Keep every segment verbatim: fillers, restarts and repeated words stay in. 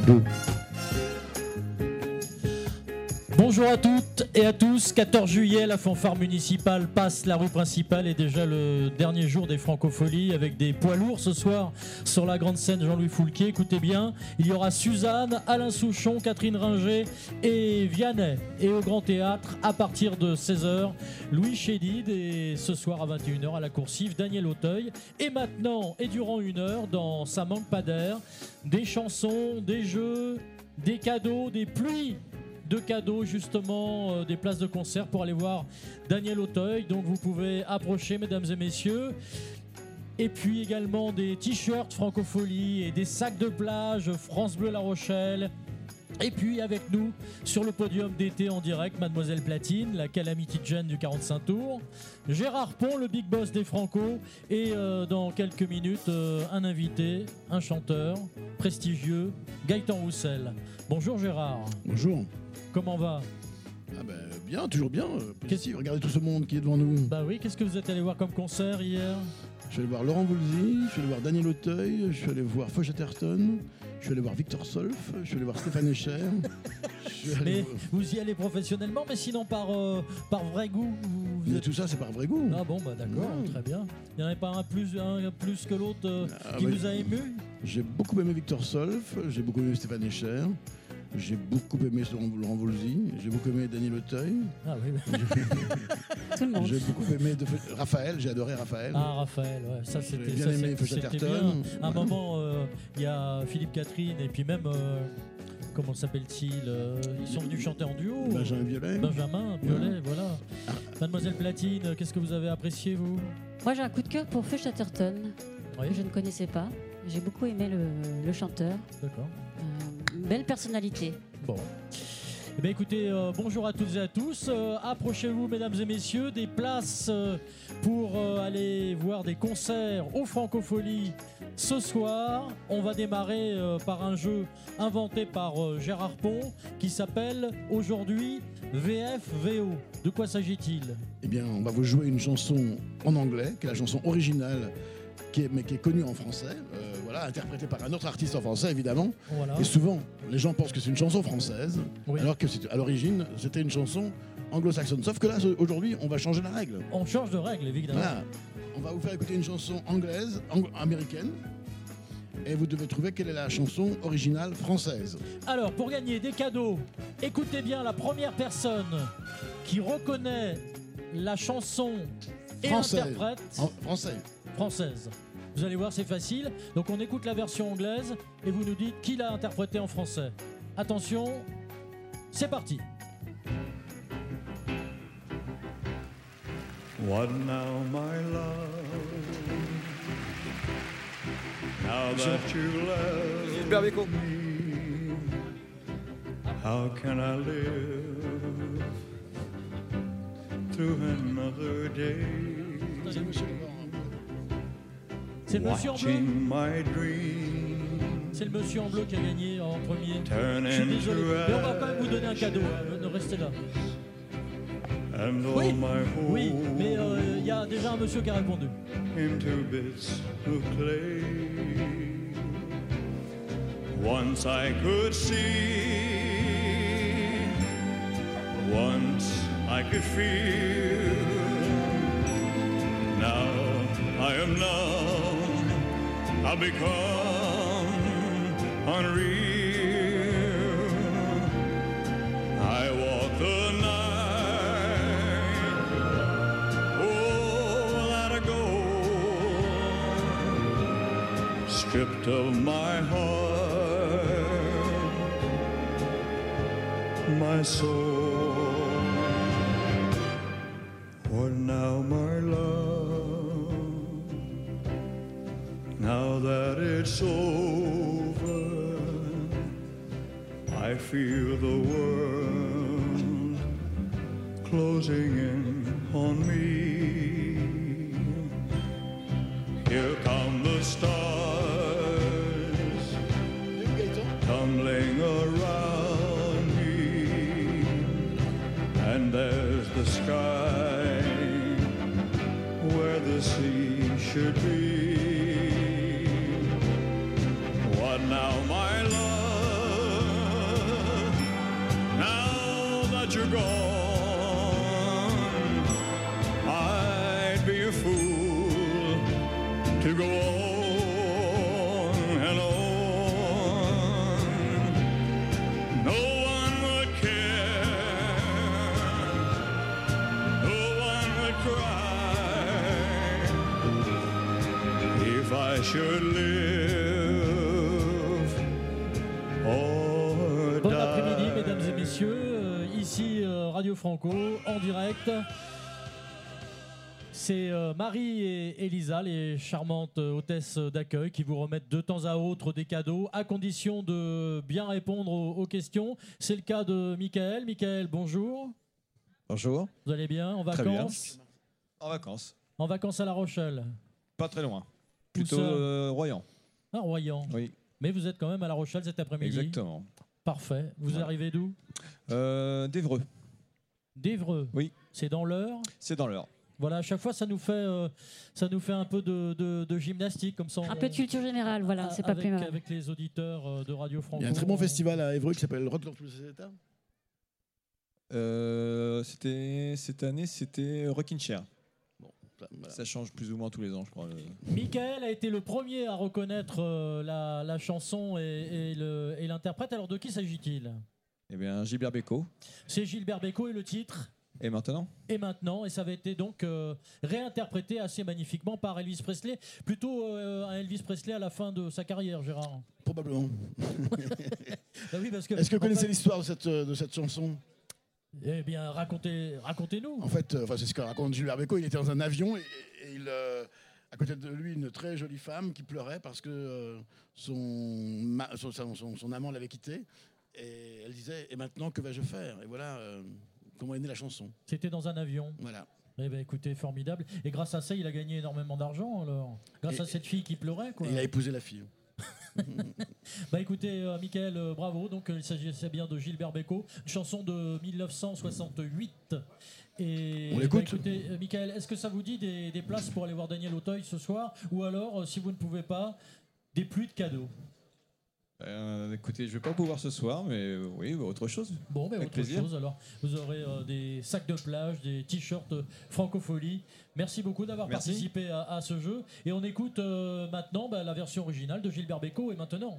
deux. Bonjour à toutes et à tous, quatorze juillet, la fanfare municipale passe la rue principale et déjà le dernier jour des Francopholies avec des poids lourds ce soir sur la grande scène Jean-Louis Foulquier. Écoutez bien, il y aura Suzanne, Alain Souchon, Catherine Ringer et Vianney. Et au Grand Théâtre, à partir de seize heures, Louis Chédid et ce soir à vingt et une heures à la Coursive, Daniel Auteuil. Et maintenant, et durant une heure, dans Ça manque pas d'air, des chansons, des jeux, des cadeaux, des pluies de cadeaux justement, euh, des places de concert pour aller voir Daniel Auteuil. Donc vous pouvez approcher, mesdames et messieurs. Et puis également des t-shirts Francophonie et des sacs de plage France Bleu La Rochelle. Et puis avec nous sur le podium d'été en direct, Mademoiselle Platine, la Calamity Jane du quarante-cinq tours, Gérard Pont, le big boss des Franco, et euh, dans quelques minutes euh, un invité, un chanteur prestigieux, Gaëtan Roussel. Bonjour Gérard. Bonjour. Comment va ? Ah ben, bien, toujours bien. Euh, positif. Regardez tout ce monde qui est devant nous. Bah oui, qu'est-ce que vous êtes allé voir comme concert hier ? Je suis allé voir Laurent Voulzy, je suis allé voir Daniel Auteuil, je suis allé voir Foch Atherton, je suis allé voir Victor Solf, je suis allé voir Stéphane Escher. Mais voir... vous y allez professionnellement, mais sinon par, euh, par vrai goût vous... Mais tout ça, c'est par vrai goût. Ah bon, bah d'accord, ouais. Très bien. Il n'y en avait pas un plus, un plus que l'autre euh, ah, qui bah, vous a ému ? J'ai beaucoup aimé Victor Solf, j'ai beaucoup aimé Stéphane Escher. J'ai beaucoup aimé Laurent Voulzy, j'ai beaucoup aimé Daniel Auteuil. Ah oui, oui. Tout le monde. J'ai beaucoup aimé de... Raphaël, j'ai adoré Raphaël. Ah Raphaël, ouais, ça c'était bien ça, aimé c'était, c'était bien. À un ouais. moment, il euh, y a Philippe Catherine et puis même, euh, comment s'appelle-t-il euh, ils sont venus chanter en duo. Benjamin Biolay. Benjamin Biolay, ouais. voilà. Ah. Mademoiselle Platine, qu'est-ce que vous avez apprécié vous ? Moi j'ai un coup de cœur pour Foch Atherton, oui. que je ne connaissais pas. J'ai beaucoup aimé le, le chanteur. D'accord. Euh, belle personnalité. Bon. Eh bien, écoutez, euh, bonjour à toutes et à tous. Euh, approchez-vous, mesdames et messieurs, des places euh, pour euh, aller voir des concerts aux Francopholies ce soir. On va démarrer euh, par un jeu inventé par euh, Gérard Pont qui s'appelle aujourd'hui V F V O. De quoi s'agit-il ? Eh bien, on va vous jouer une chanson en anglais, qui est la chanson originale, qui est, mais qui est connue en français, euh, voilà, interprétée par un autre artiste en français, évidemment. Voilà. Et souvent, les gens pensent que c'est une chanson française, oui. alors que c'est, à l'origine, c'était une chanson anglo-saxonne. Sauf que là, aujourd'hui, on va changer la règle. On change de règle, évidemment. Voilà. On va vous faire écouter une chanson anglaise, ang- américaine, et vous devez trouver quelle est la chanson originale française. Alors, pour gagner des cadeaux, écoutez bien la première personne qui reconnaît la chanson et française. l'interprète. En français. Française. Vous allez voir, c'est facile. Donc on écoute la version anglaise et vous nous dites qui l'a interprété en français. Attention, c'est parti. What now, my love? Now that you left me, how can I live through another day? C'est le monsieur en bleu. My dream, c'est le monsieur en bleu qui a gagné en premier. Turn Je suis désolé, mais on va quand même vous donner un cadeau. Hein. Restez là. Oui, oui, mais il euh, y a déjà un monsieur qui a répondu. Into bits of clay. Once I could see, once I could feel. Now I am numb, I've become unreal. I walk the night, oh, without a goal, stripped of my heart, my soul. What now, my love? Now that it's over, I feel the world closing in on me. Here come the stars tumbling around me, and there's the sky where the sea should be. What now, my love? you're gone, I'd be a fool to go on and on. No one would care, no one would cry if I should live or Bon die. après-midi, mesdames et messieurs. Euh, ici, euh, Radio Franco, en direct. C'est euh, Marie et Elisa, les charmantes euh, hôtesses d'accueil, qui vous remettent de temps à autre des cadeaux, à condition de bien répondre aux, aux questions. C'est le cas de Michael. Michael, bonjour. Bonjour. Vous allez bien? En Très bien. vacances? En vacances. En vacances à La Rochelle? Pas très loin. Où Plutôt ça? euh, Royan. Ah, Royan. Oui, Mais vous êtes quand même à La Rochelle cet après-midi. exactement. Parfait. Vous Voilà. arrivez d'où? Euh, D'Évreux. D'Évreux. Oui. C'est dans l'Eure. C'est dans l'heure. Voilà, à chaque fois, ça nous fait, euh, ça nous fait un peu de, de- de gymnastique, comme ça. Un on- peu de culture générale, voilà, c'est pas avec, plus mal. avec les auditeurs euh, de Radio Franco. Il y a un très bon festival à Évreux qui s'appelle Rock dans tous les États. Euh, c'était cette année, c'était Rockin' Chair. Ça, voilà. Ça change plus ou moins tous les ans, je crois. le- Michael a été le premier à reconnaître euh, la, la chanson et, et le- et l'interprète. Alors, de qui s'agit-il? Eh bien, Gilbert Bécaud. C'est Gilbert Bécaud et le titre Et maintenant Et maintenant, et ça avait été donc euh, réinterprété assez magnifiquement par Elvis Presley, plutôt euh, un Elvis Presley à la fin de sa carrière, Gérard. Probablement. Bah oui, parce que, Est-ce que vous en connaissez fait- l'histoire de cette, de cette chanson? Eh bien, racontez, racontez-nous. En fait, euh, enfin, c'est ce que raconte Gilbert Bécaud. Il était dans un avion et, et il, euh, à côté de lui, une très jolie femme qui pleurait parce que euh, son, ma- son, son- son amant l'avait quitté. Et elle disait, et maintenant, que vais-je faire? Et voilà euh, comment est née la chanson. C'était dans un avion. Voilà. Eh ben, écoutez, formidable. Et grâce à ça, il a gagné énormément d'argent, alors. Grâce Et- à cette fille qui pleurait, quoi. Et il a épousé la fille. Bah écoutez, euh, Michael, euh, bravo. Donc, euh, il s'agissait bien de Gilbert Bécaud, une chanson de mille neuf cent soixante-huit. Et On l'écoute. bah, écoutez, euh, Michael, est-ce que ça vous dit des, des places pour aller voir Daniel Auteuil ce soir? Ou alors, euh, si vous ne pouvez pas, des pluies de cadeaux? Euh, Écoutez, je vais pas pouvoir ce soir, mais euh, oui, autre chose. Bon, mais Avec autre plaisir. chose. Alors, vous aurez euh, des sacs de plage, des t-shirts euh, Francophonie. Merci beaucoup d'avoir Merci. participé à, à ce jeu. Et on écoute euh, maintenant bah, la version originale de Gilbert Bécaud. Et maintenant.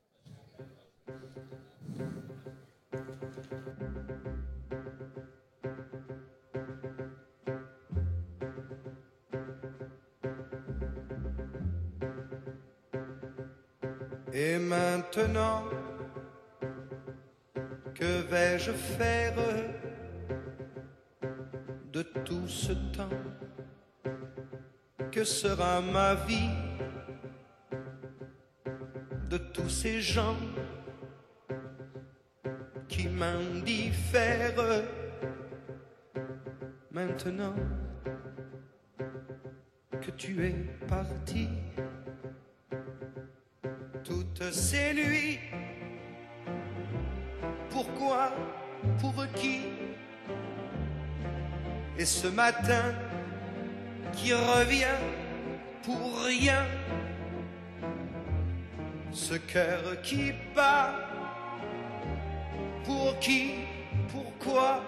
Et maintenant, que vais-je faire de tout ce temps? Que sera ma vie de tous ces gens qui m'indiffèrent? Maintenant que tu es parti, toutes ces nuits, pourquoi, pour qui? Et ce matin qui revient pour rien, ce cœur qui bat, pour qui, pourquoi,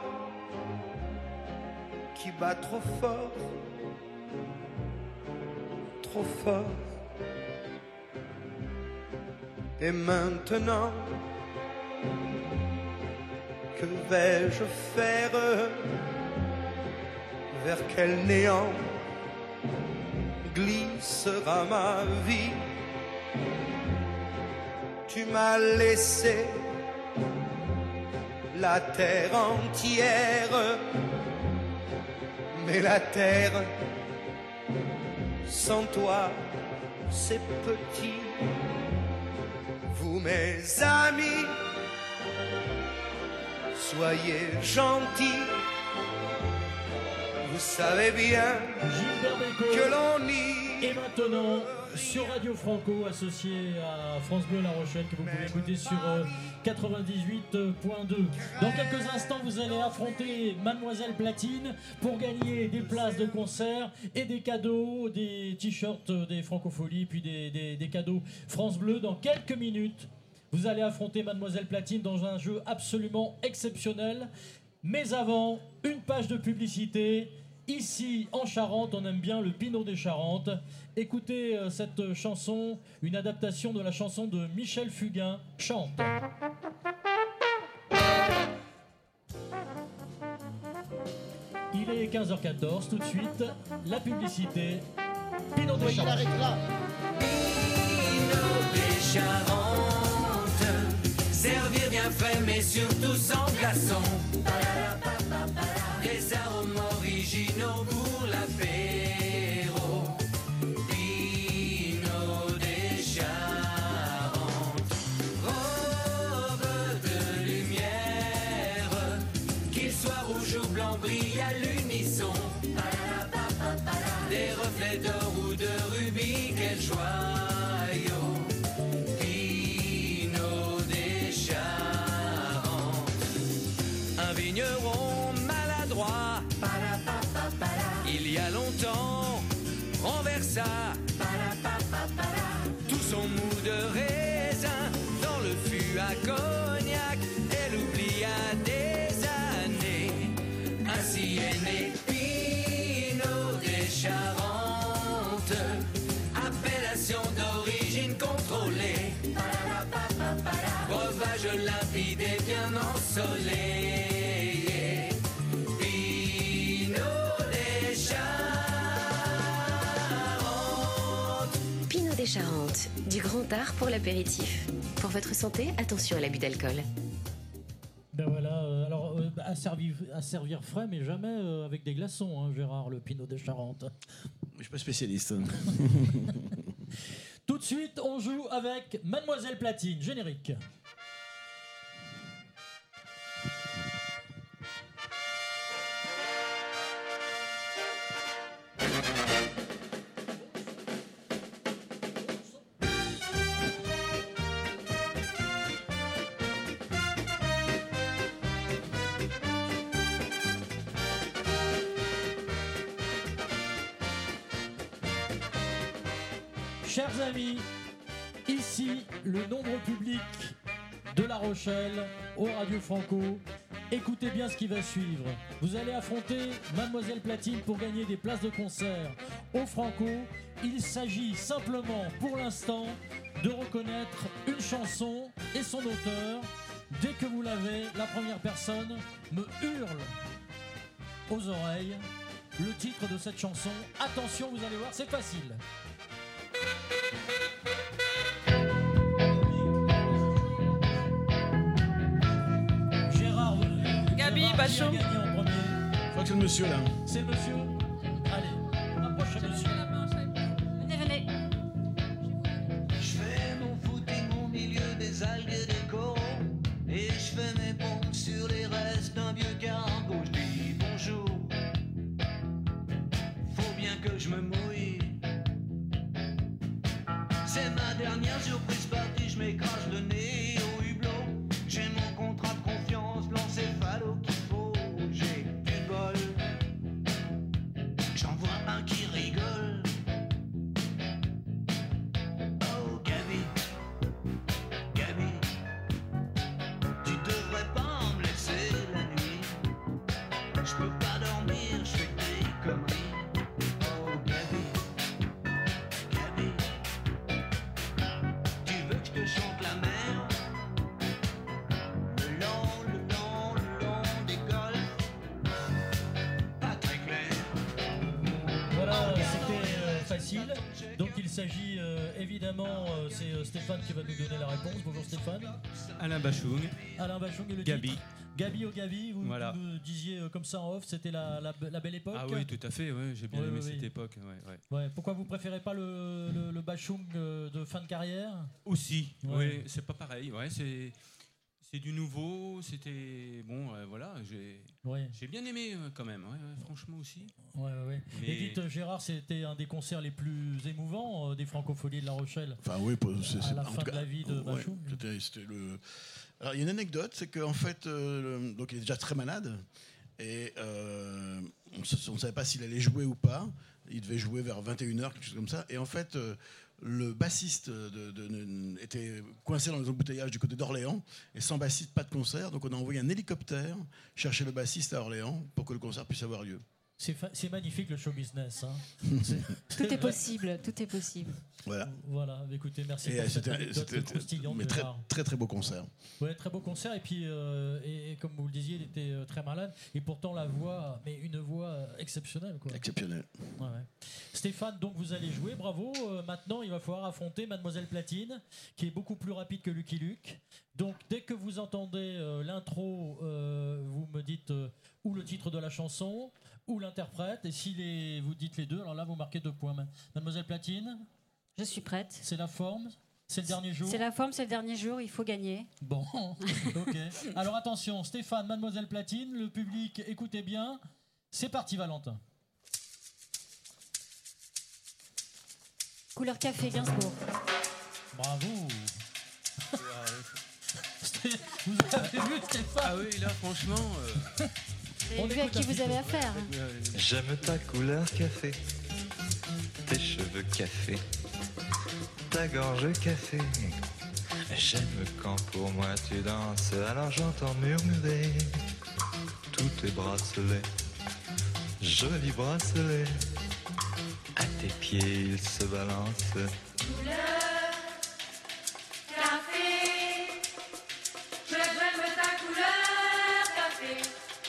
qui bat trop fort, trop fort. Et maintenant, que vais-je faire? Vers quel néant glissera ma vie? Tu m'as laissé la terre entière, mais la terre sans toi c'est petit. Vous mes amis, soyez gentils, vous savez bien Gilbert Bécaud. que l'on y... Et maintenant, sur Radio Franco, associé à France Bleu La Rochelle, que vous pouvez écouter sur euh, quatre-vingt-dix-huit point deux. Dans quelques instants, vous allez affronter Mademoiselle Platine pour gagner des places de concert et des cadeaux, des t-shirts des Francopholies, puis des, des, des cadeaux France Bleu. Dans quelques minutes, vous allez affronter Mademoiselle Platine dans un jeu absolument exceptionnel. Mais avant, une page de publicité. Ici, en Charente, on aime bien le Pinot des Charentes. Écoutez euh, cette chanson, une adaptation de la chanson de Michel Fugain, Chante. Il est quinze heures quatorze, tout de suite, la publicité. Pinot des Charentes. Pinot des Charentes, servir bien frais mais surtout sans glaçons. Des arômes originaux pour l'apéro. Pinot des Charentes, robe de lumière, qu'il soit rouge ou blanc brille à l'unisson. Des reflets d'or ou de rubis, quel joyau. Pinot des Charentes, un vigneron maladroit, il y a longtemps, renversa tout son mou de raisin dans le fût à cognac et l'oublia des années. Ainsi est né Pinot des Charentes, appellation d'origine contrôlée, breuvage limpide et bien ensoleillé. Pinot des Charentes. Pinot des Charentes, du grand art pour l'apéritif. Pour votre santé, attention à l'abus d'alcool. Ben voilà, euh, alors euh, à, servir, à servir frais, mais jamais euh, avec des glaçons, hein, Gérard, le Pinot des Charentes. Je suis pas spécialiste. Tout de suite, on joue avec Mademoiselle Platine, générique. Chers amis, ici le nombre public de La Rochelle au Radio Franco. Écoutez bien ce qui va suivre. Vous allez affronter Mademoiselle Platine pour gagner des places de concert au Franco. Il s'agit simplement pour l'instant de reconnaître une chanson et son auteur. Dès que vous l'avez, la première personne me hurle aux oreilles le titre de cette chanson. Attention, vous allez voir, c'est facile. Gérard, Gabi Bachot. Je crois que c'est le monsieur là. C'est le monsieur. Allez, approchez monsieur. Venez, venez. Je fais mon footing au milieu des algues et des coraux, et je fais mes pompes sur les restes d'un vieux cargo. Je dis bonjour, faut bien que je me mouille. C'est ma dernière surprise partie, je m'écrase le nez au hublot. J'ai mon contrat de confiance, l'encéphalo qu'il faut. J'ai du bol, j'en vois un qui rigole. Oh Gabi, Gabi, tu devrais pas me laisser la nuit. Je peux pas dormir, je fais que des conneries. Oh Gabi, Gabi, tu veux que je te chante la mer? Le long, le long, le long des golfs. Pas très clair. Voilà, c'était euh, facile. Donc il s'agit euh, évidemment, euh, c'est euh, Stéphane qui va nous donner la réponse. Bonjour Stéphane. Alain Bachung. Alain Bachung et le Gabi. titre. Gabi au Gabi, vous Voilà. me disiez euh, comme ça en off, c'était la, la, la belle époque. Ah oui, tout à fait, ouais, j'ai bien Ouais, aimé ouais, cette oui. époque. Ouais, ouais. Ouais, pourquoi vous préférez pas le, le, le Bachung euh, de fin de carrière? Aussi, Ouais. ouais, c'est pas pareil. Ouais, c'est, c'est du nouveau, c'était. Bon, euh, voilà, j'ai, Ouais. j'ai bien aimé euh, quand même, ouais, ouais, franchement aussi. Ouais, ouais, ouais. Mais- Et dites, euh, Gérard, c'était un des concerts les plus émouvants euh, des Francopholies de La Rochelle. Enfin oui, pour- c'est, À c'est- la en fin tout de cas, la vie de ouais, Bachung. c'était, c'était le. Alors il y a une anecdote, c'est qu'en fait, euh, le- donc il est déjà très malade et euh, on ne savait pas s'il allait jouer ou pas. Il devait jouer vers vingt et une heures, quelque chose comme ça. Et en fait, euh, le bassiste de, de, de, était coincé dans les embouteillages du côté d'Orléans, et sans bassiste, pas de concert. Donc on a envoyé un hélicoptère chercher le bassiste à Orléans pour que le concert puisse avoir lieu. C'est, fa- c'est magnifique le show business. Hein. Tout est possible, tout est possible. Voilà. Voilà, écoutez, merci Et pour cette c'était, anecdote c'était croustillante. mais très, Gérard. très très beau concert. Ouais, très beau concert. Et puis, euh, et, et comme vous le disiez, il était euh, très malade. Et pourtant, la voix, mais une voix euh, exceptionnelle. Quoi. Exceptionnelle. Ouais, ouais. Stéphane, donc vous allez jouer, bravo. Euh, maintenant, il va falloir affronter Mademoiselle Platine, qui est beaucoup plus rapide que Lucky Luke. Donc, dès que vous entendez euh, l'intro, euh, vous me dites euh, ou le titre de la chanson, ou l'interprète. Et si les, vous dites les deux, alors là, vous marquez deux points. Mademoiselle Platine, je suis prête. C'est la forme. C'est le dernier jour. C'est la forme, c'est le dernier jour. Il faut gagner. Bon, ok. Alors attention, Stéphane, Mademoiselle Platine, le public, écoutez bien. C'est parti, Valentin. Couleur café, Gainsbourg. Bravo. Vous avez vu, Stéphane? Ah oui, là, franchement. Euh... Vous avez vu à qui vous avez affaire. J'aime ta couleur café, tes cheveux café, ta gorge café. J'aime quand pour moi tu danses, alors j'entends murmurer tous tes bracelets, jolis bracelets. À tes pieds ils se balancent. Couleur café, je j'aime ta couleur café.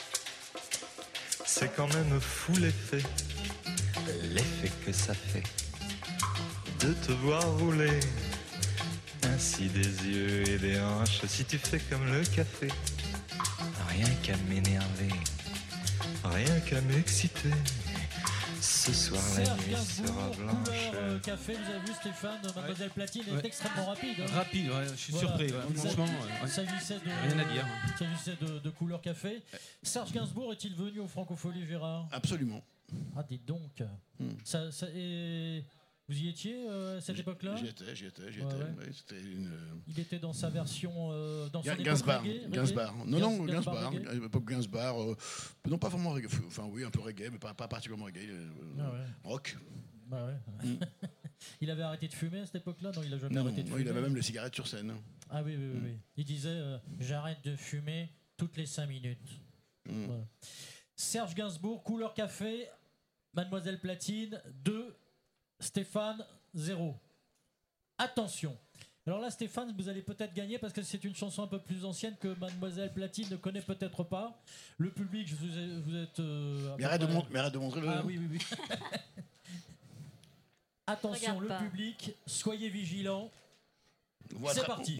C'est quand même fou l'effet, l'effet que ça fait de te voir rouler ainsi des yeux et des hanches. Si tu fais comme le café, rien qu'à m'énerver, rien qu'à m'exciter. Ce soir la Serge nuit Gainsbourg, sera blanche. couleur euh, café, vous avez vu Stéphane, Mademoiselle Platine est Ouais. extrêmement rapide. hein. Rapide, ouais, je suis Voilà. surpris. Ouais, Il franchement, s'agit- ouais. il s'agissait de, Rien à dire. il s'agissait de, de couleur café. Serge Gainsbourg est-il venu au Francophonie, Gérard? Absolument. Ah, dites donc. Hmm. Ça, ça- et vous y étiez euh, à cette époque-là? J'y étais, j'y étais, j'y Ouais, étais. ouais. Ouais, c'était une... Il était dans sa version, euh, dans son Ga- époque Gainsbar, reggae, reggae Gainsbar. Non, non, Gainsbar Gainsbar. reggae. À l'époque, Gainsbar. euh, non, pas vraiment reggae. Enfin, oui, un peu reggae, mais pas, pas particulièrement reggae. euh, Ah ouais. Rock. Bah ouais. Mm. Il avait arrêté de fumer à cette époque-là? Non, il a jamais Non, arrêté de non, fumer. il avait même les cigarettes sur scène. Ah oui, oui, oui. Mm. oui. Il disait euh, j'arrête de fumer toutes les cinq minutes. Mm. Voilà. Serge Gainsbourg, couleur café, Mademoiselle Platine, deux, Stéphane, zéro. Attention. Alors là, Stéphane, vous allez peut-être gagner parce que c'est une chanson un peu plus ancienne que Mademoiselle Platine ne connaît peut-être pas. Le public, je vous, ai- vous êtes... euh, à Mais peu arrête, de près- mon- mais arrête de montrer le. Ah oui, oui, oui. Attention, Regarde le pas. public, soyez vigilants. Voilà. C'est parti.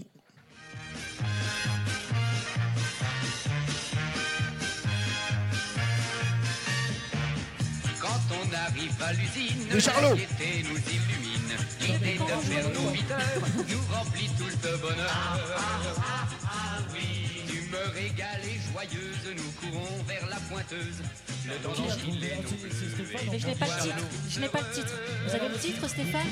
Quand on arrive à l'usine, De Charlot. la gaieté nous illumine. L'idée de faire nos huit heures nous remplit tous de bonheur. D'humeur égale et joyeuse, nous courons vers la pointeuse. Le Qui a danger, trouvé il est Ah, nous c'est- c'est Stéphane, Mais je n'ai pas le titre. Je n'ai pas le titre. Vous avez le titre, Stéphane?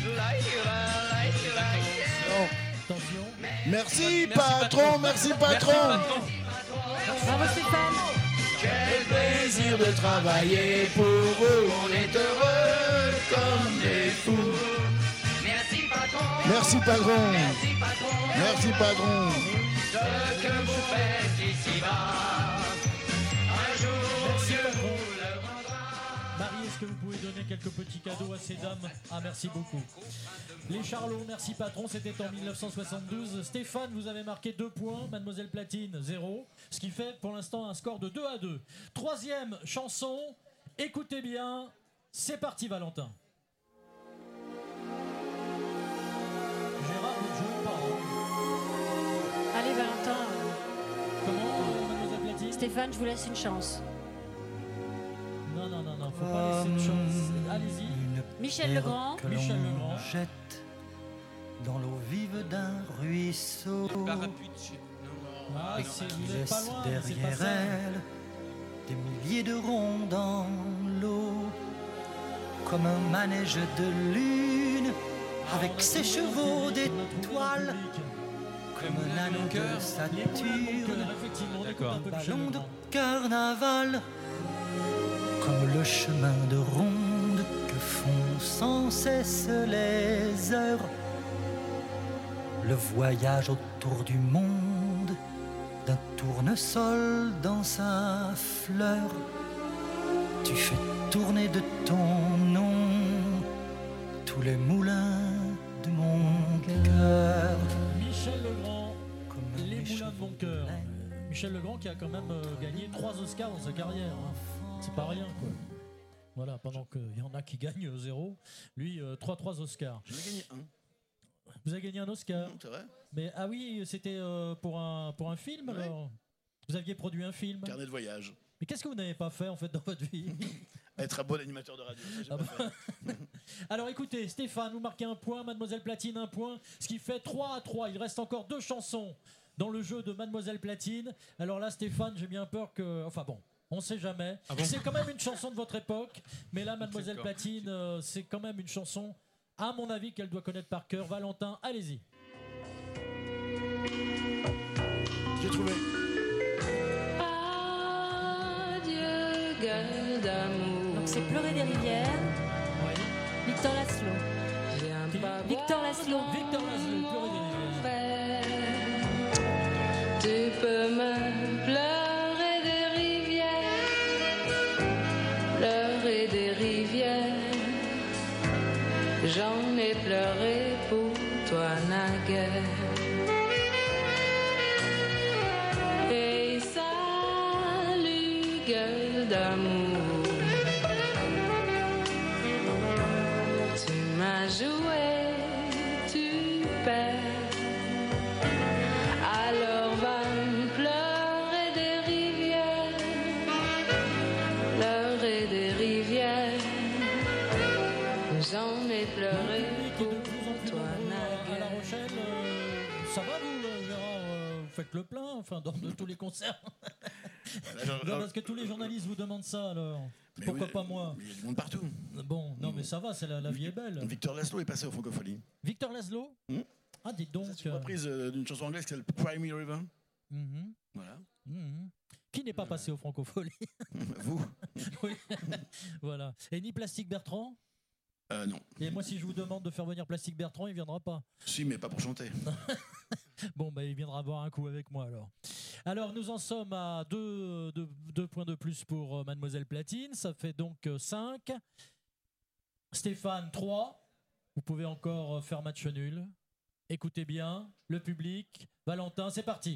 Non. Attention. Merci, patron, merci, patron. Bravo, Stéphane. Quel plaisir de travailler pour eux. On est heureux comme des fous. Merci patron, Merci, patron. merci patron, Merci, patron. ce que vous faites ici-bas. Un jour, Merci, Dieu patron. vous le rendra. Marie, est-ce que vous pouvez donner quelques petits cadeaux à ces dames? Ah, merci beaucoup. Les Charlots, merci patron, c'était en mille neuf cent soixante-douze. Stéphane, vous avez marqué deux points, Mademoiselle Platine, zéro. Ce qui fait pour l'instant un score de deux à deux. Troisième chanson, écoutez bien, c'est parti Valentin. Gérard, vous ne jouez pas. hein. Allez, Valentin. Comment, euh, Mademoiselle Platine? Stéphane, je vous laisse une chance. Non, non, non, non, faut pas laisser de chance. Allez-y. Michel Legrand. Que Michel l'on Legrand. jette dans l'eau vive d'un ruisseau. Parapluie. Ah, c'est- vous Qui n'êtes laisse pas loin, mais c'est pas derrière ça. elle des milliers de ronds dans l'eau, comme un manège de lune avec Ah, on a ses trouvé, chevaux on a trouvé le d'étoiles, public. comme un Moulin de anneau mon cœur. de Les moulins de mon Saturne, cœur, effectivement, on écoute D'accord. un peu Michel ballon de Legrand. carnaval, comme le chemin de ronde que font sans cesse les heures le voyage autour du monde d'un tournesol dans sa fleur. Tu fais tourner de ton nom tous les moulins de mon cœur. Michel Legrand, les moulins de mon cœur. Michel Legrand qui a quand même euh, gagné trois Oscars dans sa carrière. Hein. C'est pas rien, quoi. Voilà, pendant qu'il y en a qui gagnent euh, zéro, lui, euh, trois, trois Oscars. J'en ai gagné un. Vous avez gagné un Oscar? Non, c'est vrai. Mais ah oui, c'était euh, pour un pour un film, Ouais. alors. Vous aviez produit un film. Carnet de voyage. Mais qu'est-ce que vous n'avez pas fait en fait dans votre vie? Être un bon animateur de radio. Ça, j'ai Ah pas bah. fait. Alors écoutez, Stéphane, vous marquez un point, Mademoiselle Platine un point, ce qui fait trois à trois. Il reste encore deux chansons dans le jeu de Mademoiselle Platine. Alors là, Stéphane, j'ai bien peur que... Enfin bon, on sait jamais. Ah bon? C'est quand même une chanson de votre époque, mais là, Mademoiselle D'accord. Platine, euh, c'est quand même une chanson, à mon avis, qu'elle doit connaître par cœur. Valentin, allez-y. J'ai trouvé. Adieu, gueule d'amour. Donc c'est Pleurer des rivières. Victor Laszlo. Viens pas Victor Laszlo. Victor Laszlo, Pleurer des rivières. Tu peux me pleurer des rivières, pleurer des rivières. J'en ai pleuré pour toi naguère. Et salut, gueule d'amour. Tu m'as joué, tu perds. Alors va me pleurer des rivières, pleurer des rivières. J'en ai pleuré Qui est de plus en plus toi nombreux à La naguère. Rochelle. euh, ça va vous, euh, Gérard euh, Vous faites le plein, enfin, dans de tous les concerts. Non, parce que tous les journalistes vous demandent ça, alors. Mais Pourquoi oui, pas moi? mais il y a du monde partout. Bon, non, mais ça va, c'est la, la vie est belle. Victor Laszlo est passé au Francophonie. Victor Laszlo Hmm. Ah, dites donc. C'est une reprise euh, d'une chanson anglaise qui s'appelle Primary River. Mhm, Voilà. mhm. Qui n'est pas passé au Francophonie? Vous Oui. Voilà. Et ni Plastique Bertrand? euh, Non. Et moi, si je vous demande de faire venir Plastique Bertrand, il viendra pas. Si, mais pas pour chanter. Bon, bah, il viendra boire un coup avec moi alors. Alors, nous en sommes à deux, deux, deux points de plus pour euh, Mademoiselle Platine. Ça fait donc euh, cinq. Stéphane, trois. Vous pouvez encore euh, faire match nul. Écoutez bien, le public. Valentin, c'est parti.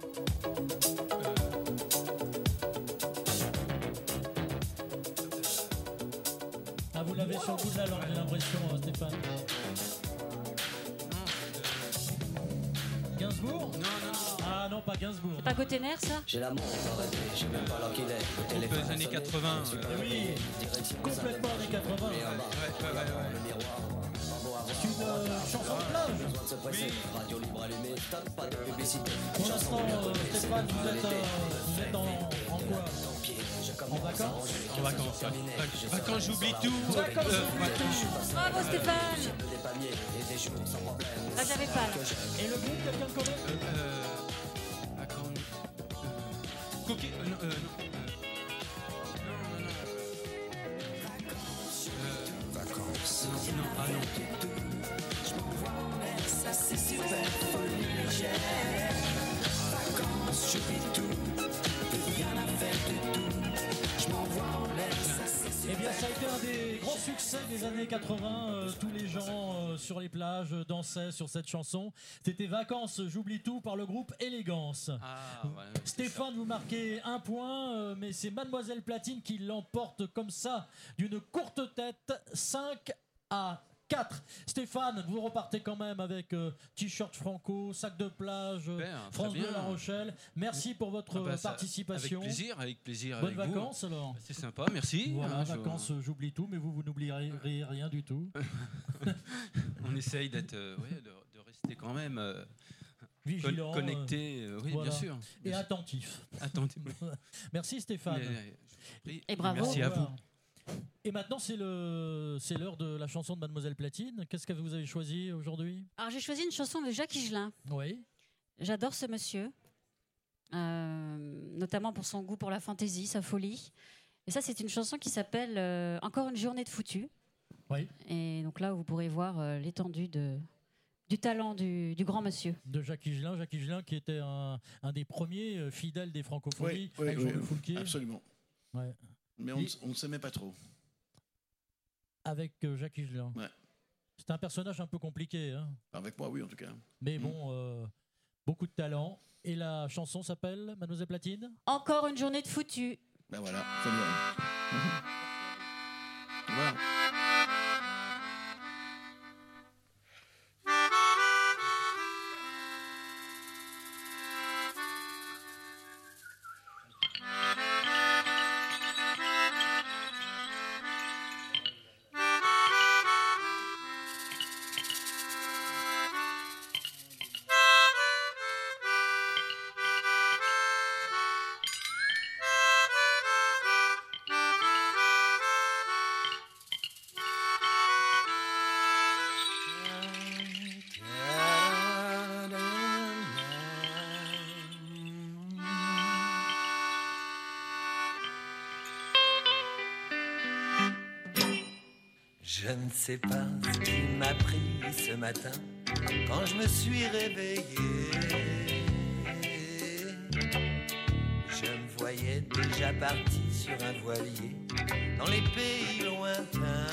Ah, vous l'avez sur le bout de la langue, j'ai l'impression, euh, Stéphane. Gainsbourg? Non, non, non. Ah non, pas Gainsbourg. C'est pas Gotener, ça? J'ai l'amour arrêté, je sais même pas l'heure qu'il est. Le Groupe téléphone des années a sonné, quatre-vingts. je suis euh, pas Oui, réveillé. Direction complètement années quatre-vingts. Et en bas, Ouais, ouais, ouais, ouais. le miroir. Bravo à C'est une euh, chanson de plage. besoin de se presser. Radio libre allumée, stop, pas de publicité. Pour l'instant, euh, Stéphane, vous êtes, euh, vous êtes en, en quoi? En vacances? En vacances. ouais. Vac- Vacances, j'oublie tout. Vacances, Euh, j'oublie ouais. tout. Bravo Stéphane. Des palmiers et des jours sans problème. Là j'avais pas là. Et le groupe, quelqu'un le connaît? Euh, euh, vacances. Euh, coquet. Euh, non, euh, non. euh, non, non, non. Euh, vacances. Non, non, ah non. Ça c'est super folie légère. Vacances, je vis tout, plus rien à faire du tout. Je m'envoie en l'air, ça c'est super. Eh bien, ça a été un des grands succès des années quatre-vingts. Euh, tous les gens euh, sur les plages euh, dansaient sur cette chanson. C'était Vacances, j'oublie tout par le groupe Élégance. Ah, ouais, c'est Stéphane, vous marquez un point, euh, mais c'est Mademoiselle Platine qui l'emporte comme ça, d'une courte tête, cinq à quatre. Stéphane, vous repartez quand même avec euh, t-shirt Franco, sac de plage, euh, Super, France très Bleu bien. La Rochelle. Merci pour votre Ah bah, ça- participation. Avec plaisir, avec plaisir. Bonnes avec vous. vacances alors. C'est sympa, merci. Voilà, Hein, je- vacances, euh, j'oublie tout, mais vous, vous n'oublierez rien du tout. On essaye d'être, euh, ouais, de, de rester quand même euh, Vigilant, con- connecté. euh, oui, voilà. bien sûr. Et Bien sûr. attentif. Attentif. Merci Stéphane. Mais, euh, je vous en prie. Et bravo. Merci à vous. Voilà. Et maintenant, c'est le, c'est l'heure de la chanson de Mademoiselle Platine. Qu'est-ce que vous avez choisi aujourd'hui? Alors j'ai choisi une chanson de Jacques Higelin. Oui. J'adore ce monsieur, euh, notamment pour son goût pour la fantaisie, sa folie. Et ça, c'est une chanson qui s'appelle euh, Encore une journée de foutu. Oui. Et donc là, vous pourrez voir euh, l'étendue de, du talent du, du grand monsieur. De Jacques Higelin, Jacques Higelin qui était un, un des premiers euh, fidèles des francophonies. Oui, oui, avec oui, Jean-Louis Foulquier. absolument. Ouais. Mais on, Et- ne- on ne s'aimait pas trop. Avec euh, Jacques Higelin. Ouais. C'était un personnage un peu compliqué. Hein. Avec moi, oui, en tout cas. Mais Mm. bon, euh, beaucoup de talent. Et la chanson s'appelle Mademoiselle Platine. Encore une journée de foutu. Ben voilà, ça lui va. Voilà. Je ne sais pas ce qui m'a pris ce matin quand je me suis réveillé. Je me voyais déjà parti sur un voilier dans les pays lointains,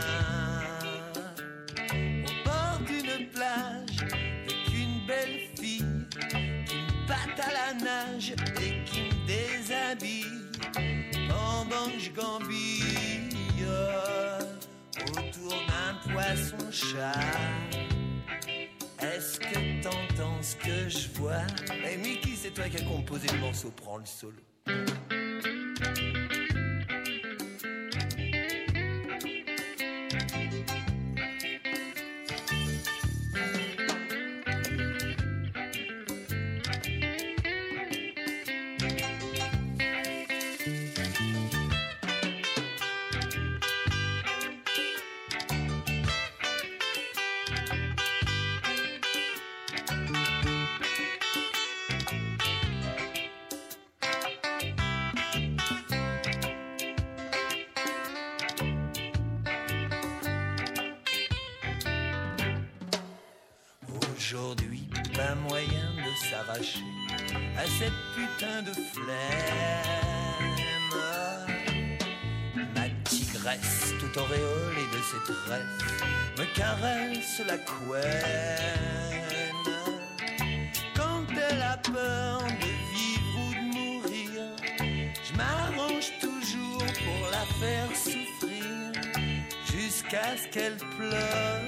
au bord d'une plage avec une belle fille qui me batte à la nage et qui me déshabille pendant que je gambille autour d'un poisson-chat. Est-ce que t'entends ce que je vois? Eh Mickey, c'est toi qui as composé le morceau, prends le solo. Aujourd'hui, pas moyen de s'arracher à cette putain de flemme. Ma tigresse, tout auréolée de ses tresses, me caresse la couenne. Quand elle a peur de vivre ou de mourir, je m'arrange toujours pour la faire souffrir jusqu'à ce qu'elle pleure.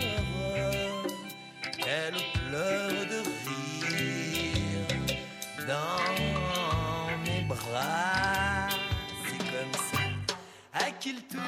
Elle pleure de rire dans mes bras. C'est comme ça, à qui le tourne.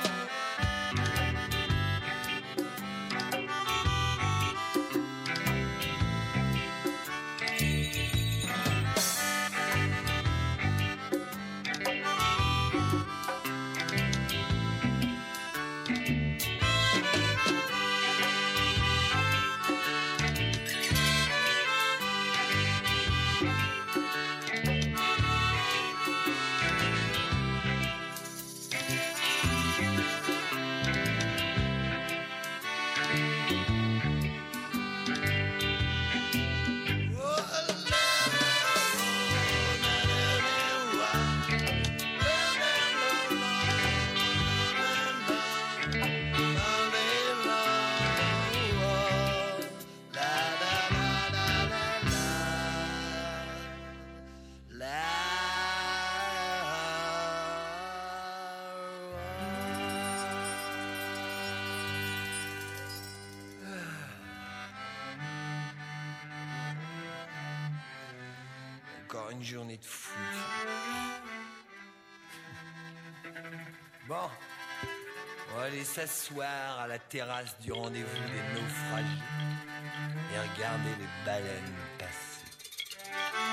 Encore une journée de fou. Bon, on va aller s'asseoir à la terrasse du rendez-vous des naufragés et regarder les baleines passer.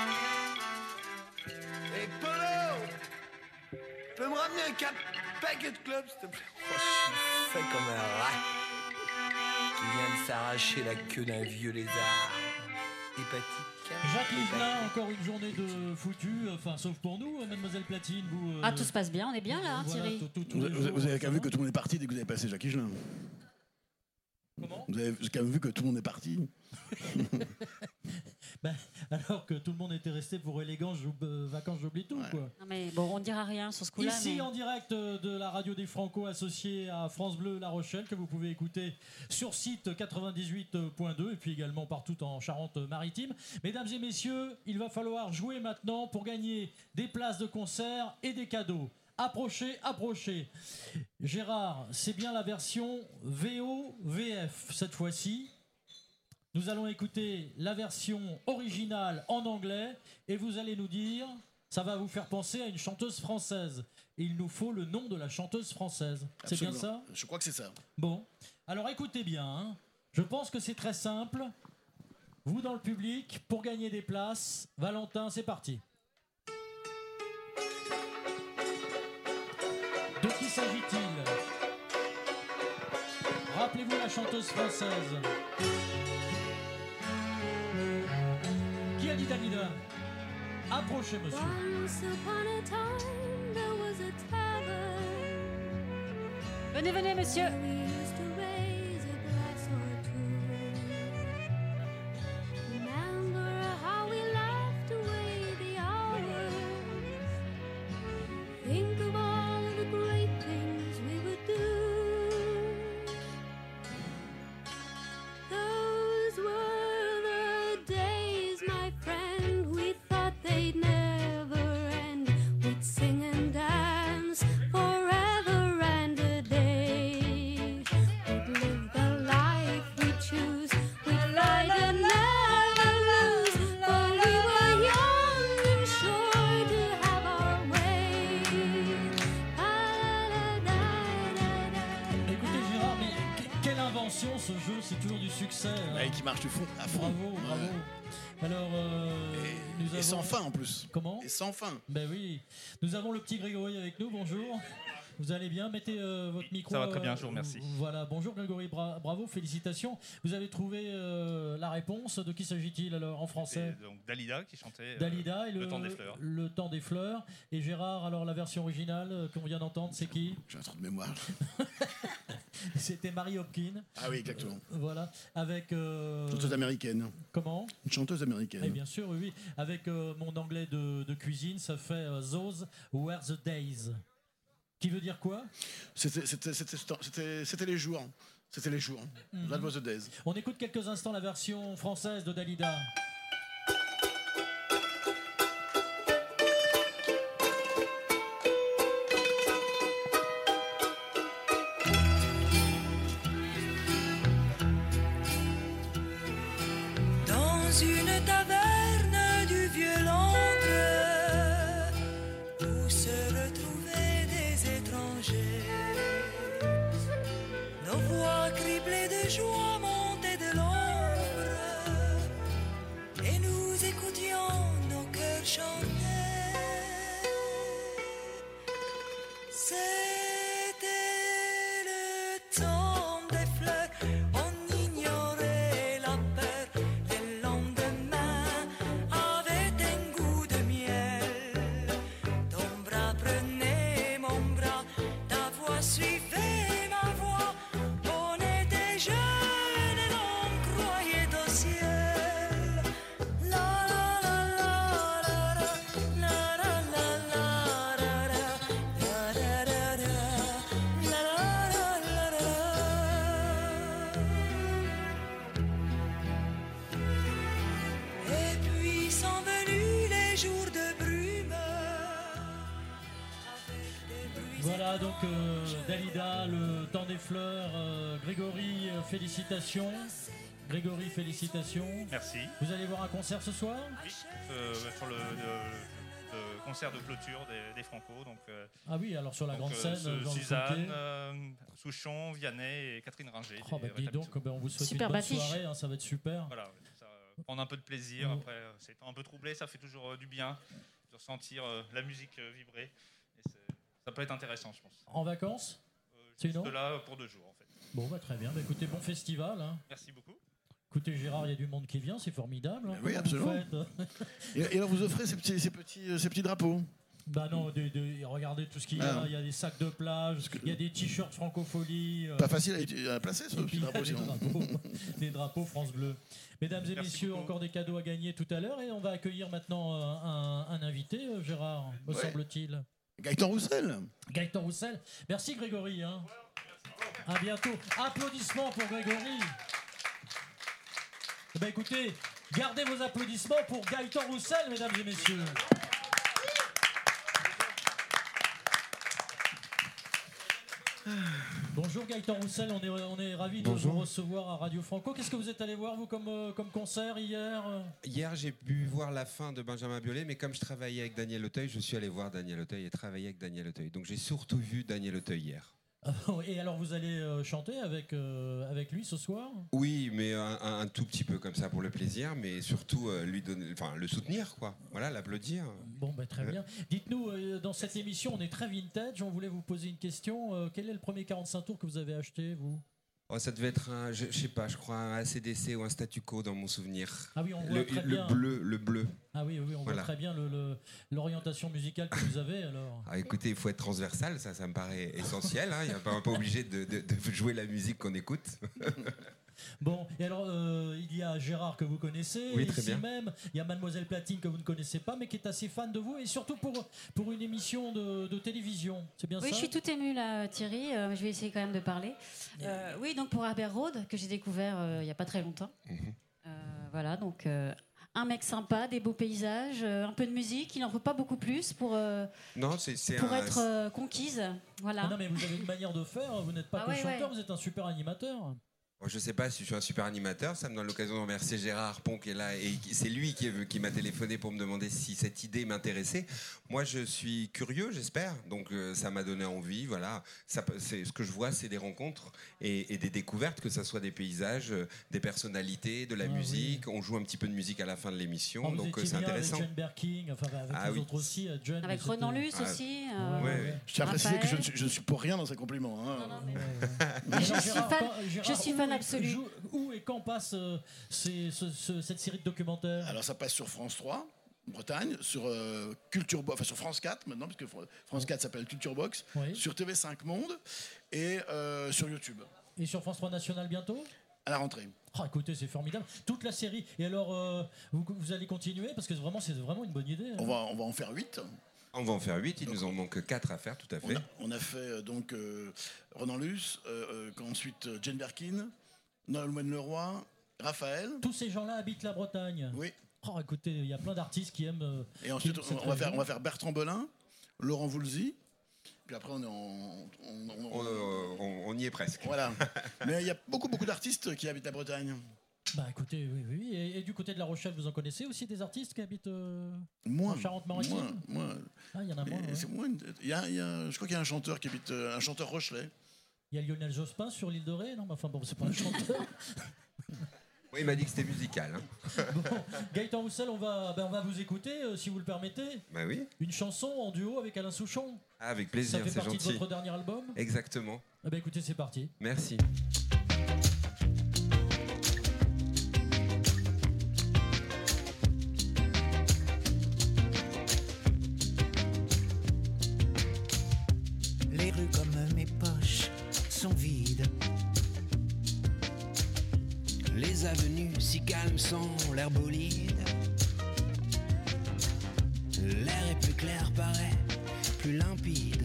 Hé, Polo! Tu peux me ramener un cap paquet de clubs, s'il te plaît? Oh, je suis fait comme un rat qui vient de s'arracher la queue d'un vieux lézard hépatique. Jacques Higelin, encore une journée de foutu, enfin sauf pour nous, Mademoiselle Platine. Vous, euh, Ah, tout se passe bien, on est bien là, hein, voilà, Thierry. tout- tout- tous Vous, les vous- jours, vous avez ça qu'à va. vu que tout le monde est parti dès que vous avez passé Jacques Higelin. Comment? Comment ? Vous avez quand même vu que tout le monde est parti. Ben, alors que tout le monde était resté pour élégance, j'oub- euh, vacances, j'oublie tout. Quoi. Non, mais bon, on dira rien sur ce coup-là. Ici mais... en direct euh, de la radio des Franco associée à France Bleu La Rochelle, que vous pouvez écouter sur site quatre-vingt-dix-huit point deux et puis également partout en Charente-Maritime. Mesdames et messieurs, il va falloir jouer maintenant pour gagner des places de concert et des cadeaux. Approchez, approchez. Gérard, c'est bien la version V O V F cette fois-ci. Nous allons écouter la version originale en anglais et vous allez nous dire, ça va vous faire penser à une chanteuse française. Et il nous faut le nom de la chanteuse française. C'est bien ça ? Je crois que c'est ça. Bon, alors écoutez bien. hein. Je pense que c'est très simple. Vous dans le public, pour gagner des places, Valentin, c'est parti. De qui s'agit-il ? Rappelez-vous la chanteuse française. Qui a dit Dalida ? Approchez, monsieur. Once upon a time, there was a tavern. Venez, venez, monsieur. We used to raise a glass or two. Remember how we laughed away the hours. Think of all the great things we would do. Those were the days, my friend. We thought they'd never end. We'd sing and dance forever and a day. We'd live the life we choose. We'd fight and never lose. For we were young and sure to have our way. Écoutez Gérard, mais que- quelle invention ce jeu, c'est toujours du succès. hein. Ouais, qui marche du fond, à fond. Bravo, bravo. Alors, euh, nous Et avons... sans fin en plus. Comment ? Et sans fin. Ben oui. Nous avons le petit Grégory avec nous, bonjour. Vous allez bien ? Mettez euh, votre micro. ça va très euh, bien, je vous remercie. Voilà, bonjour Grégory, bra- bravo, félicitations. Vous avez trouvé euh, la réponse. De qui s'agit-il alors en français ? C'est donc Dalida qui chantait euh, Dalida et le, le, temps des fleurs. Le temps des fleurs. Et Gérard, alors la version originale euh, qu'on vient d'entendre, c'est qui ? J'ai un trou de mémoire. C'était Mary Hopkin. Ah oui, exactement. Voilà, avec. euh, Chanteuse américaine. Comment ? Une chanteuse américaine. Eh bien sûr, oui, oui. Avec euh, mon anglais de, de cuisine, ça fait euh, Those Were the Days. Qui veut dire quoi ? C'était- C'était c'était- c'était- c'était les jours. C'était les jours. Mhm. That was the days. On écoute quelques instants la version française de Dalida. Dans une taverne du vieux Londres, où se retrouvaient des étrangers, nos voix criblées de joie montaient de l'ombre, et nous écoutions nos cœurs chanter. C'était le temps des fleurs, on ignorait la peur. Les lendemains avaient un goût de miel. Ton bras prenait mon bras, ta voix suivait ma voix. On était jeunes et l'on croyait au ciel. La la la la la la la la la la la la la la Et puis sont venus les jours de brume. Voilà donc euh, Dalida, le temps des fleurs. euh, Grégory, euh, félicitations. Grégory, félicitations. Merci. Vous allez voir un concert ce soir ? Oui, euh, sur le, le- le concert de clôture des, des Franco. Donc, euh, Ah oui, alors sur la donc, grande scène, ce- Jean Suzanne, Fouquet. euh, Souchon, Vianney et Catherine Ringer. Oh, des bah, dis donc, ben, on vous souhaite Super une bonne affiche. soirée, hein, ça va être super. Voilà, ça, euh, prendre un peu de plaisir. Mm. Après, euh, c'est un peu troublé, ça fait toujours euh, du bien de ressentir euh, la musique euh, vibrer. Et c'est- ça peut être intéressant, je pense. En vacances ? C'est Sinon là euh, pour deux jours, en fait. Bon, bah, très bien. Bah, écoutez, bon festival. hein. Merci beaucoup. Écoutez, Gérard, il y a du monde qui vient, c'est formidable. hein. Oui, Comment vous absolument. faites Et, et alors vous offrez ces petits, ces petits, euh, ces petits drapeaux. Bah non, de, de- regardez tout ce qu'il y a. Ah. Il y a des sacs de plage, il y a des t-shirts francophonie. euh, Pas facile à, à placer ce et puis, ce drapeau des, sinon. drapeaux, des drapeaux France Bleu. Mesdames et Merci messieurs, beaucoup. encore des cadeaux à gagner tout à l'heure et on va accueillir maintenant euh, un, un invité, euh, Gérard, me Ouais. semble-t-il. Gaëtan Roussel. Gaëtan Roussel. Merci Grégory. Hein. À bientôt. Applaudissements pour Grégory. Eh ben, écoutez, gardez vos applaudissements pour Gaëtan Roussel, mesdames et messieurs. Bonjour Gaëtan Roussel, on est, on est ravis de Bonjour. vous recevoir à Radio Franco. Qu'est-ce que vous êtes allé voir, vous, comme, euh, comme concert hier euh Hier, j'ai pu voir la fin de Benjamin Biolay, mais comme je travaillais avec Daniel Auteuil, je suis allé voir Daniel Auteuil et travailler avec Daniel Auteuil. Donc j'ai surtout vu Daniel Auteuil hier. Et alors, vous allez euh, chanter avec, euh, avec lui ce soir? Oui, mais un, un- un tout petit peu comme ça pour le plaisir, mais surtout euh, lui donner, enfin le soutenir, quoi. Voilà, l'applaudir. Bon, bah, très bien. Dites-nous, euh, dans cette émission, on est très vintage. On voulait vous poser une question. Euh, quel est le premier quarante-cinq tours que vous avez acheté, vous? Oh, ça devait être un, je, je sais pas, je crois un A C D C ou un statu quo dans mon souvenir. Ah oui, on voit le, très le bien. bleu, le bleu. Ah oui, oui, on Voilà. voit très bien le- le- l'orientation musicale que vous avez, alors. Ah, écoutez, il faut être transversal, ça, ça me paraît essentiel. Hein. Il n'y a pas, pas obligé de, de- de jouer la musique qu'on écoute. Bon, et alors, euh, il y a Gérard que vous connaissez, Oui, très ici bien. même. Il y a Mademoiselle Platine que vous ne connaissez pas, mais qui est assez fan de vous, et surtout pour, pour une émission de, de télévision. C'est bien Oui, ça? je suis tout émue là, Thierry. Euh, je vais essayer quand même de parler. Euh, oui, donc pour Herbert Road, que j'ai découvert euh, il n'y a pas très longtemps. Euh, voilà, donc euh, un mec sympa, des beaux paysages, euh, un peu de musique. Il n'en faut pas beaucoup plus pour, euh, Non, c'est c'est pour un- être euh, conquise. Voilà. Ah non, mais vous avez une manière de faire. Vous n'êtes pas Ah que ouais, chanteur, ouais. vous êtes un super animateur. Bon, je sais pas si je suis un super animateur, ça me donne l'occasion de remercier Gérard Pont qui est là et qui- c'est lui qui, est- qui m'a téléphoné pour me demander si cette idée m'intéressait. Moi, je suis curieux, j'espère, donc euh, ça m'a donné envie. Voilà, ça, c'est, ce que je vois, c'est des rencontres et, et des découvertes, que ce soit des paysages, euh, des personnalités, de la Ah, musique. On joue un petit peu de musique à la fin de l'émission, Ah, vous donc euh, étiez c'est bien intéressant. avec Jane Birkin, enfin avec Ah les oui. autres aussi. euh, Jane, Avec mais Renan c'était- Luce Ah, aussi. ouais, euh, ouais. Je tiens à préciser que je ne Raphaël. suis, je ne suis pour rien dans ces compliments. hein. Je suis Gérard, fan- quand- je Gérard, suis où fan est- absolu. jou- Où et quand passe euh, ces- ce- ce- cette série de documentaires? Alors ça passe sur France trois, Bretagne, sur euh, Culture Box, enfin sur France quatre maintenant, puisque Fr- France quatre s'appelle Culture Box, Oui. sur T V cinq Monde et euh, sur YouTube. Et sur France trois National bientôt? À la rentrée. Ah, écoutez, c'est formidable. Toute la série. Et alors, euh, vous, vous allez continuer? Parce que vraiment, c'est vraiment une bonne idée. hein. On va, on va en faire huit. On va en faire huit, il nous en manque quatre à faire, tout à On fait. a, on a fait euh, donc euh, Renan Luce, euh, euh, quand ensuite euh, Jane Birkin, Nolwenn Leroy, Raphaël. Tous ces gens-là habitent la Bretagne. Oui. Oh, écoutez, il y a plein d'artistes qui aiment. euh, Et qui ensuite, aiment cette on va, faire, région. on va faire Bertrand Belin, Laurent Voulzy. Puis après, on est en. on- on- On, euh, on- on y est presque. Voilà. Mais il y a beaucoup, beaucoup d'artistes qui habitent la Bretagne. Bah écoutez, oui, oui. oui. Et, et du côté de La Rochelle, vous en connaissez aussi des artistes qui habitent euh, Moins. en Charente-Maritime? Moins, moins. Ah, il y en a moins. Et ouais. c'est moins une- il y a- il y a- je crois qu'il y a un chanteur qui habite, euh, un chanteur Rochelet. Il y a Lionel Jospin sur l'île de Ré. Non, mais enfin bon, c'est pas un chanteur. Oui, il m'a dit que c'était musical. hein. Bon, Gaëtan Roussel, on va, ben, on va vous écouter, euh, si vous le permettez. Bah oui, Une chanson en duo avec Alain Souchon. Ah, avec plaisir, Ça fait c'est partie gentil. de votre dernier album. Exactement. Eh ben, écoutez, c'est parti. Merci. Les rues comme mes poches sont vides. Les avenues si calmes sont l'air bolide. L'air est plus clair, paraît plus limpide.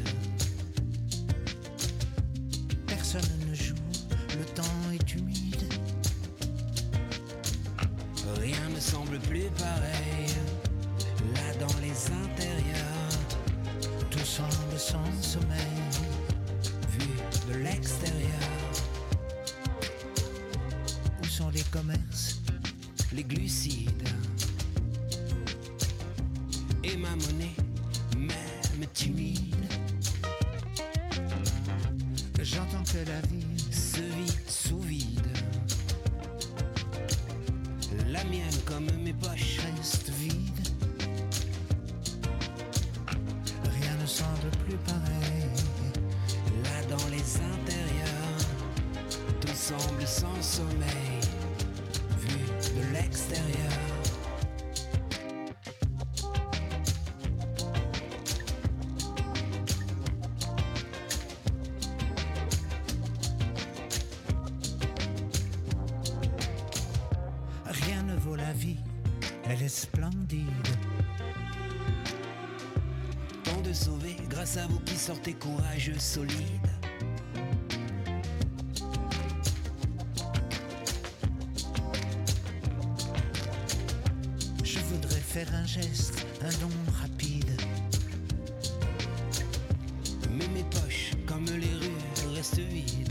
Personne ne joue, le temps est humide. Rien ne semble plus pareil. Là dans les intérieurs, Tout semble sans sommeil. vu de l'extérieur, Où sont les commerces? les glucides et ma monnaie, même timide. J'entends que la vie se vit sous vide. La mienne comme mes poches reste vide. Rien ne semble plus pareil. là dans les intérieurs, tout semble sans sommeil, vu de l'extérieur. elle est splendide. Tant de sauvés grâce à vous qui sortez courageux, solides. Je voudrais faire un geste, un don rapide. Mais mes poches, comme les rues, restent vides.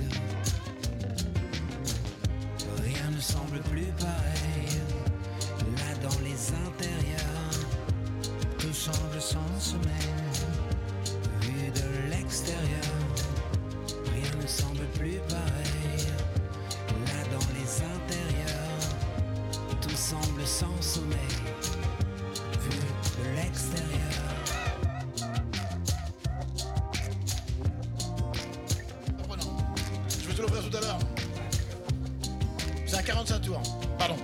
Rien ne semble plus pareil. Là dans les intérieurs, Tout semble sans sommeil. vu de l'extérieur, rien ne semble plus pareil. Là dans les intérieurs, tout semble sans sommeil. Vu de l'extérieur. Je vais te l'offrir tout à l'heure. C'est à quarante-cinq tours. Pardon.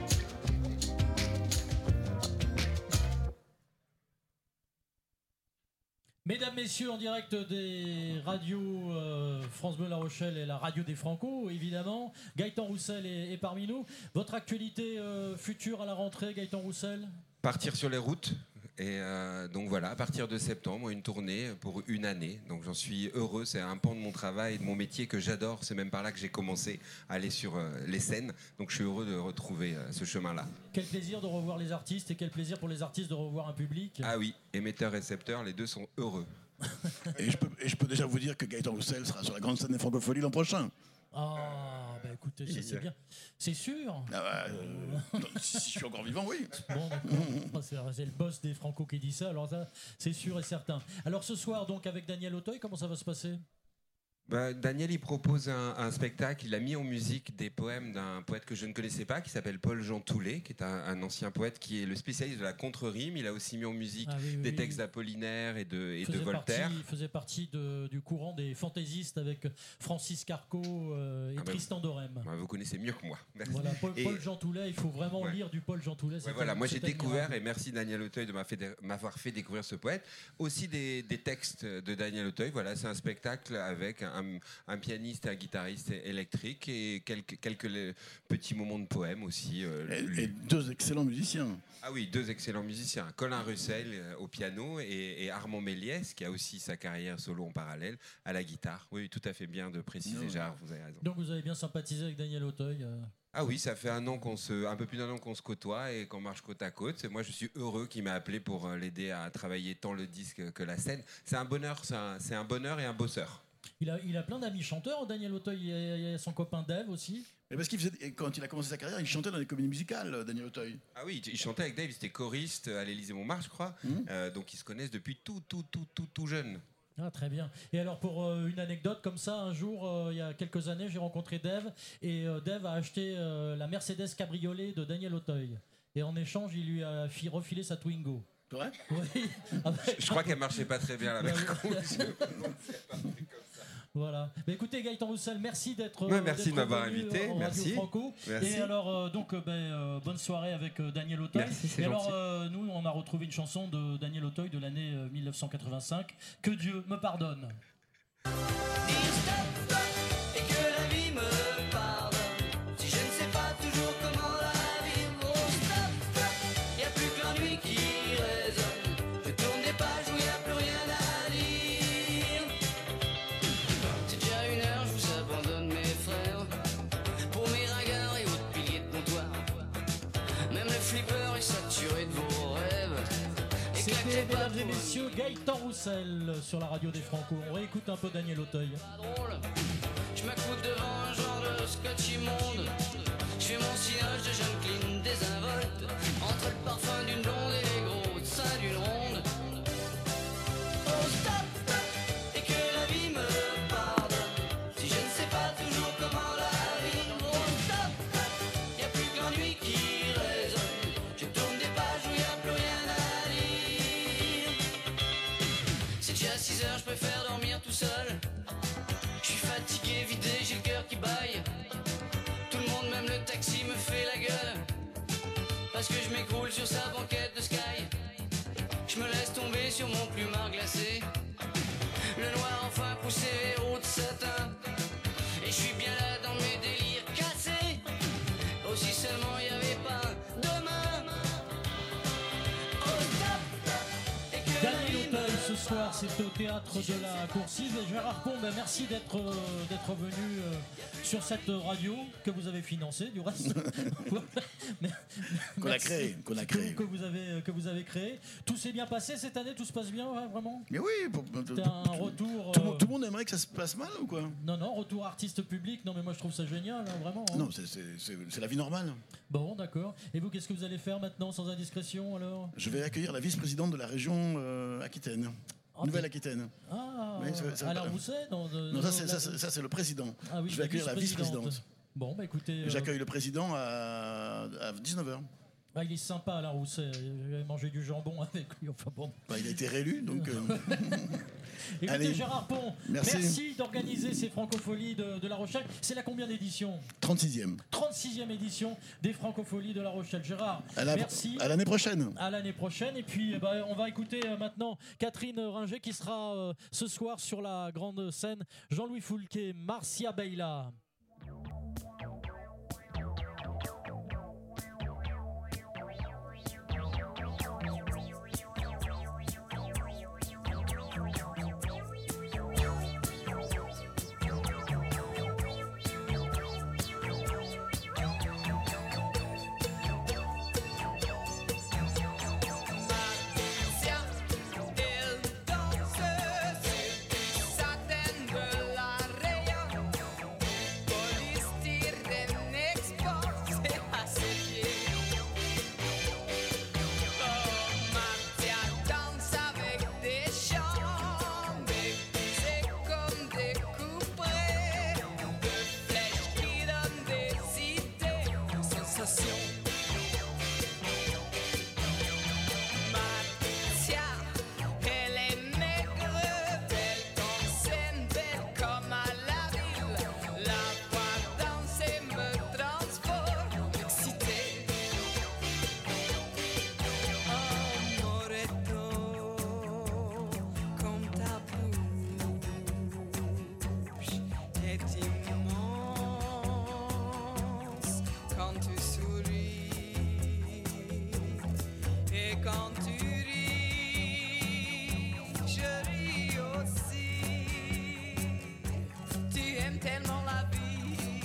Mesdames, Messieurs, en direct des radios euh, France Bleu La Rochelle et la radio des Franco, évidemment. Gaëtan Roussel est, est parmi nous. Votre actualité euh, future à la rentrée, Gaëtan Roussel? Partir sur les routes. Et euh, donc voilà, à partir de septembre, une tournée pour une année. Donc j'en suis heureux, c'est un pan de mon travail et de mon métier que j'adore. C'est même par là que j'ai commencé à aller sur euh, les scènes. Donc je suis heureux de retrouver euh, ce chemin-là. Quel plaisir de revoir les artistes et quel plaisir pour les artistes de revoir un public. Ah oui, émetteur-récepteur, les deux sont heureux. Et je, peux, et je peux déjà vous dire que Gaëtan Roussel sera sur la grande scène des Francopholies l'an prochain. Ah, bah écoutez, ça c'est bien. C'est sûr. Ah bah, euh, si, si je suis encore vivant, oui. Bon, d'accord. C'est, c'est le boss des Franco qui dit ça, alors ça, c'est sûr et certain. Alors ce soir, donc, avec Daniel Auteuil, comment ça va se passer? Bah, Daniel, il propose un, un spectacle. Il a mis en musique des poèmes d'un poète que je ne connaissais pas, qui s'appelle Paul-Jean Toulet, qui est un, un ancien poète qui est le spécialiste de la contre-rime. Il a aussi mis en musique Ah oui, oui, des oui. textes d'Apollinaire et de, et de faisait Voltaire. partie- il faisait partie de- du courant des fantaisistes avec Francis Carco euh, et Ah bah, Tristan Dorem. Bah, vous connaissez mieux que moi. Merci. Voilà, Paul, Et- Paul Jean Toulet, il faut vraiment Ouais. lire du Paul Jean Toulet. Ouais, c'est voilà, un- moi j'ai c'est découvert, admirable. et merci Daniel Auteuil de m'a fait dé- m'avoir fait découvrir ce poète. Aussi des, des textes de Daniel Auteuil. Voilà, c'est un spectacle avec un, un pianiste et un guitariste électrique et quelques, quelques le- petits moments de poèmes aussi. euh, Et, lu- et deux excellents musiciens. Ah oui, deux excellents musiciens. Colin Russell euh, au piano et, et Armand Méliès, qui a aussi sa carrière solo en parallèle, à la guitare. Oui, tout à fait bien de préciser, Ouais. Gérard, vous avez raison. Donc vous avez bien sympathisé avec Daniel Auteuil. euh. Ah oui, ça fait un an qu'on se, un peu plus d'un an qu'on se côtoie et qu'on marche côte à côte. Et moi, je suis heureux qu'il m'a appelé pour euh, l'aider à travailler tant le disque que la scène. C'est un bonheur, c'est un, c'est un bonheur et un bosseur. Il a, il a plein d'amis chanteurs, Daniel Auteuil. Il y a, il y a son copain Dave aussi. Mais parce qu'il faisait, et quand il a commencé sa carrière, il chantait dans les comédies musicales, Daniel Auteuil. Ah oui, il chantait avec Dave, il était choriste à l'Élysée-Montmartre, je crois. Euh, donc ils se connaissent depuis tout, tout, tout, tout, tout jeune. Ah, très bien. Et alors, pour euh, une anecdote comme ça, un jour, euh, il y a quelques années, j'ai rencontré Dave et euh, Dave a acheté euh, la Mercedes Cabriolet de Daniel Auteuil. Et en échange, il lui a fi- refilé sa Twingo. C'est vrai? Oui. Avec- Je crois qu'elle marchait pas très bien là. Ouais, par ouais. contre. Voilà. Mais écoutez, Gaëtan Roussel, merci d'être Ouais, merci d'être de m'avoir venu invité. en Merci. Radio Franco. Merci. Et alors, euh, donc, euh, ben, euh, bonne soirée avec euh, Daniel Auteuil. Merci, c'est Et alors, gentil. euh, nous, on a retrouvé une chanson de Daniel Auteuil de l'année euh, mille neuf cent quatre-vingt-cinq. Que Dieu me pardonne. Et que la vie me pardonne si je ne sais pas toujours comment la vivre. Oh stop, y a plus que l'ennui qui résonne. Je tourne des pages où y a plus rien à lire. C'est déjà une heure, je vous abandonne mes frères. Pour mes ringards et autres piliers de comptoir. Même le flipper est saturé de vos rêves. C'était, mesdames et messieurs, Gaëtan Roussel sur la radio des Franco. On réécoute un peu Daniel Auteuil. Drôle. Je m'accoute devant un genre de scotch immonde. Je fais mon sillage de jeune clean désinvolte. Entre le parfum d'une blonde et les gros seins d'une ronde. Oh stop, et que la vie me pardonne si je ne sais pas toujours comment la vivre. Oh stop, y a plus que l'ennui qui résonne. Je tourne des pages où y a plus rien à lire. C'est déjà six heures, je préfère dormir tout seul. Je suis fatigué, vidé, j'ai le cœur qui baille. Tout le monde, même le taxi, me fait la gueule. Parce que je m'écroule sur sa banquette de Sky. Je me laisse tomber sur mon plumard glacé. Le noir enfin poussé vers haut de satin. Et je suis bien là dans mes délires cassés. Oh si seulement y avait pas demain. soir, c'est au théâtre de la Coursive. Et Gérard Pont, ben, merci d'être euh, d'être venu euh, sur cette radio que vous avez financée, du reste. Mais- Qu'on a merci. créé, qu'on a Que- créé. Que, vous avez, que vous avez créé. Tout s'est bien passé cette année, tout se passe bien, ouais, vraiment. Mais oui, pour- C'était un retour. tout, le euh, monde- tout le monde aimerait que ça se passe mal ou quoi? Non, non, retour artiste public. Non, mais moi je trouve ça génial, hein, vraiment. hein. Non, c'est- c'est c'est- c'est la vie normale. Bon, d'accord. Et vous, qu'est-ce que vous allez faire maintenant, sans indiscrétion, alors? Je vais accueillir la vice-présidente de la région euh, Aquitaine. Oh, Nouvelle-Aquitaine. Ah, Oui, ça- ça- Alain Rousset dans, de- Non, ça c'est, dans ça, la- c'est- ça, c'est le président. Ah oui, je vais accueillir la vice-présidente. vice-présidente. Bon, bah écoutez. Et euh, J'accueille le président à, à dix-neuf heures. bah, il est sympa, Alain Rousset. J'avais mangé du jambon avec lui. Enfin bon. Bah, il a été réélu, donc. euh, Écoutez, Allez. Gérard Pont, Merci. merci, d'organiser ces Francopholies de, de La Rochelle. C'est la combien d'édition? trente-sixième. trente-sixième édition des Francopholies de La Rochelle. Gérard, À la- merci. à l'année prochaine. À l'année prochaine. Et puis, eh ben, on va écouter euh, maintenant Catherine Ringer qui sera euh, ce soir sur la grande scène. Jean-Louis Foulquet, Marcia Beila. Elle danse sur des satin de la rayon. Polystyrène exposé à ses pieds. Oh, Marcia danse avec des jambes aiguisées comme des couperets de flèches qui donnent des idées, sensations. Marcia, elle est maigre, belle comme scène, belle comme à la ville. La voir danser me transporte, excitée. Oh, Moreto, comme ta bouche est immense quand tu souris. Et quand tu ris, je ris aussi. Tu aimes tellement la vie.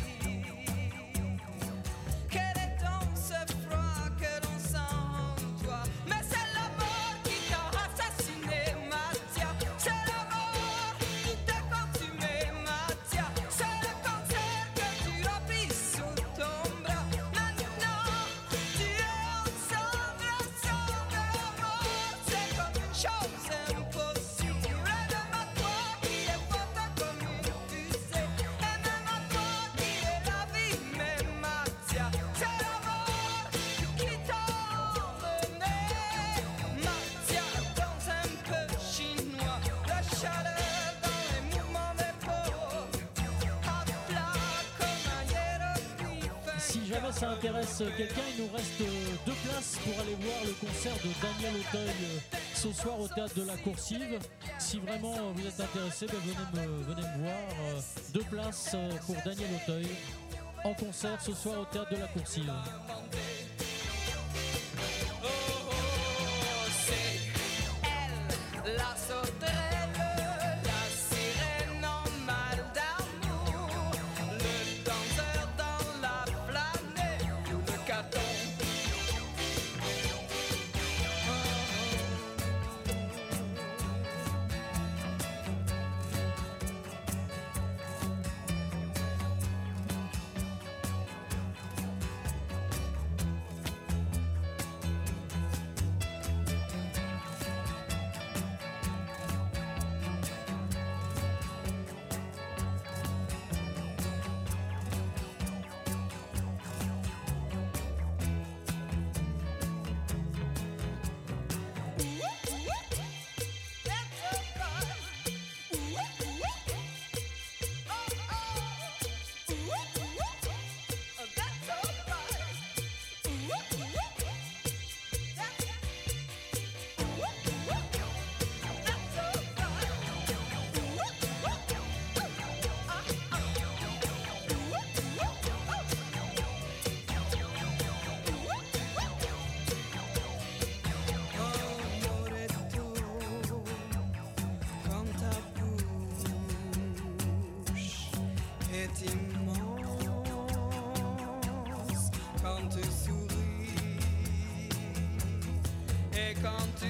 Quel est donc ce froid que l'on sent en toi? Mais c'est la mort qui t'a assassiné, Marcia. C'est la mort qui t'a consumé, Marcia. C'est le cancer que tu as pris sous ton bras. Maintenant, tu es ensemble, ensemble. La mort, c'est comme une chose impossible. Et même à toi qui est forte comme une fusée. Et même à toi qui est la vie, mais Marcia, c'est la mort qui t'a emmené. Marcia, danse un peu chinois, la chaleur dans les mouvements des peaux, à plat comme un hiéroglyphe. Si jamais ça intéresse quelqu'un, il nous reste euh, deux places pour aller voir le concert de Daniel Auteuil euh, ce soir au théâtre de la Coursive. Si vraiment euh, vous êtes intéressé, ben, venez, me, venez me voir. euh, deux places euh, pour Daniel Auteuil en concert ce soir au théâtre de la Coursive. La sauterelle, la sirène en mal d'amour, le danseur dans la planète, le carton. immense quand tu souris et quand tu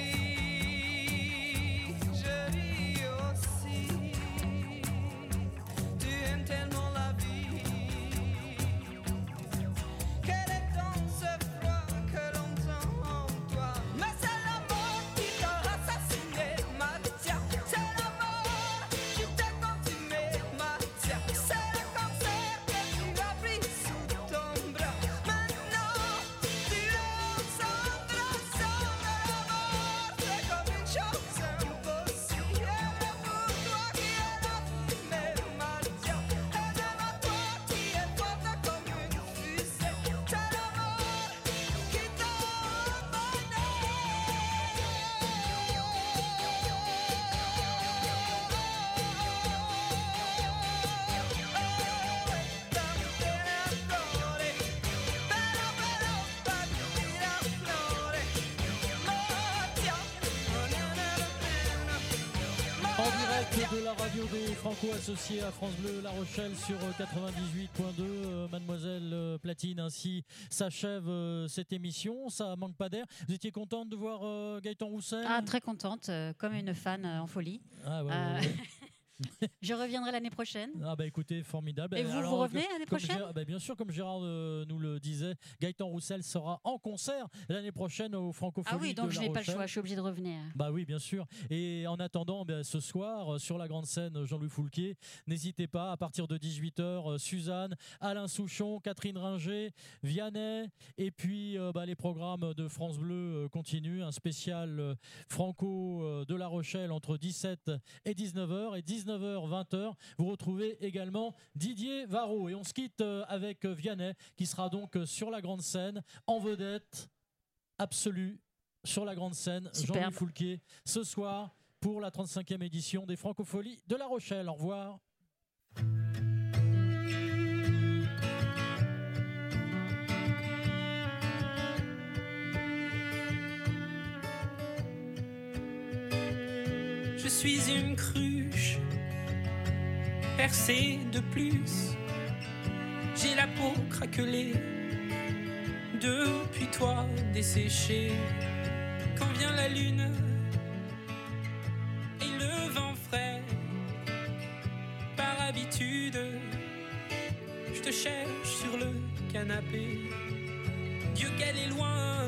ris, je ris aussi. Tu aimes tellement la vie qu'elle est dans ce froid que l'on sent en toi. Mais c'est la mort qui t'a assassiné, Mathia. C'est la mort qui t'a consumé, Mathia. C'est le cancer que tu as pris sous ton bras. Maintenant, tu es ensemble, ensemble. La mort, c'est comme une chose impossible. Et pour toi qui es la fumée, Mathia. Et même à toi qui es forte comme une fusée. C'est la mort qui t'a En direct de la radio des Franco associés à France Bleu La Rochelle sur euh, quatre-vingt-dix-huit point deux. Euh, Mademoiselle euh, Platine, ainsi s'achève euh, cette émission. Ça manque pas d'air. Vous étiez contente de voir euh, Gaëtan Roussel? Ah, très contente, euh, comme une fan euh, en folie. Ah ouais, Euh, ouais, ouais. Je reviendrai l'année prochaine. Ah bah écoutez, formidable. Et vous, Alors, vous revenez comme- l'année comme prochaine Gérard- bah bien sûr, comme Gérard euh, nous le disait, Gaëtan Roussel sera en concert l'année prochaine au Francophonie. Ah oui, donc de je La n'ai pas le Rochelle. choix, je suis obligée de revenir. Bah oui, bien sûr. Et en attendant, ben, ce soir, euh, sur la grande scène Jean-Louis Foulquier, n'hésitez pas, à partir de dix-huit heures, euh, Suzanne, Alain Souchon, Catherine Ringer, Vianney, et puis euh, bah, les programmes de France Bleu euh, continuent. Un spécial euh, Franco euh, de La Rochelle entre dix-sept et dix-neuf heures, et dix-neuf heures, vingt heures. Vous retrouvez également Didier Varro. Et on se quitte euh, avec euh, Vianney, qui sera donc euh, sur la grande scène, en vedette absolue sur la grande scène, Superbe. Jean-Louis Foulquier, ce soir pour la trente-cinquième édition des Francopholies de La Rochelle. Au revoir. Je suis une cruche percée de plus. J'ai la peau craquelée depuis toi desséchée. Quand vient la lune et le vent frais, par habitude, je te cherche sur le canapé. Dieu qu'elle est loin,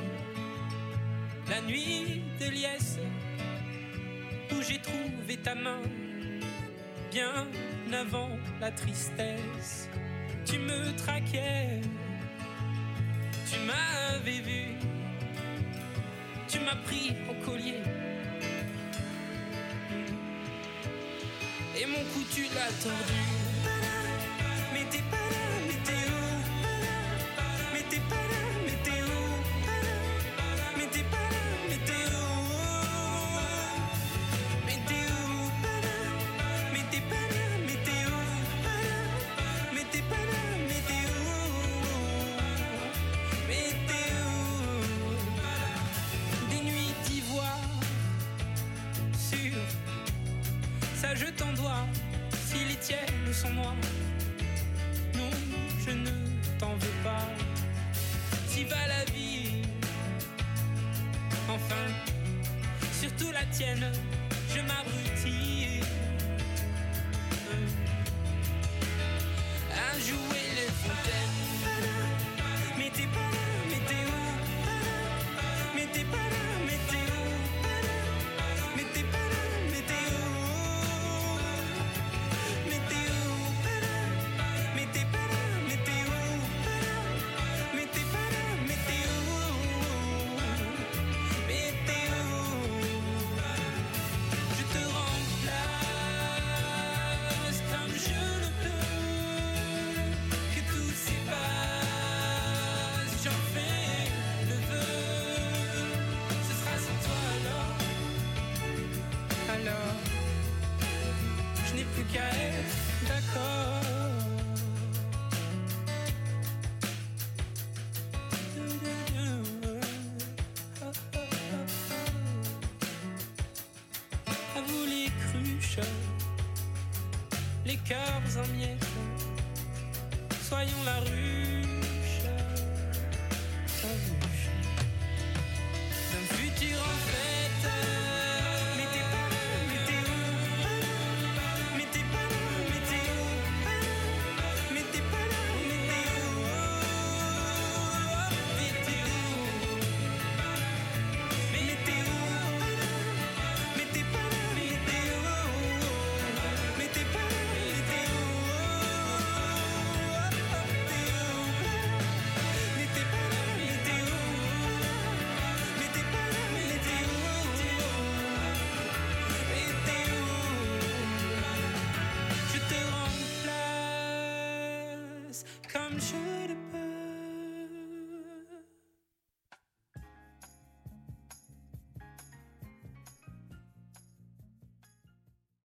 la nuit de liesse, où j'ai trouvé ta main, bien avant la tristesse. Tu me traquais, tu m'avais vu, tu m'as pris au collier, et mon cou tu l'as tordu. Mais t'es pas là, mais t'es où? Mais t'es pas là, mais t'es où? Mais t'es pas là, mais t'es où? Mais t'es où? Mais t'es pas là, mais t'es où? Mais t'es pas là, mais t'es où? Mais t'es où? Des nuits d'ivoire sur ça je t'en dois, si les tiennes sont noires. Non, je ne t'en veux pas. Si va la vie, enfin, surtout la tienne, je m'abrutis à jouer les fontaines. Mais t'es pas là, mais t'es où? Mais t'es pas là, mais t'es où? Mais t'es pas là, mais t'es où? Mais t'es où? Mais t'es pas là, mais t'es où? Mais t'es pas là, mais t'es où? Mais t'es où? Je te remplace comme je le peux. Que tout s'efface, j'en fais le vœu. Ce sera sans toi alors. Alors, je n'ai plus qu'à être d'accord. À vous les cruches, les cœurs en miettes. Soyons la ruche, la ruche d'un futur en fête. Mais t'es pas là, mais t'es où? Mais t'es pas là, mais t'es où? Mais t'es pas là, mais t'es où? Mais t'es où? Mais t'es où? Mais t'es pas là, mais t'es où? Mais t'es pas là, mais t'es où? Comme je le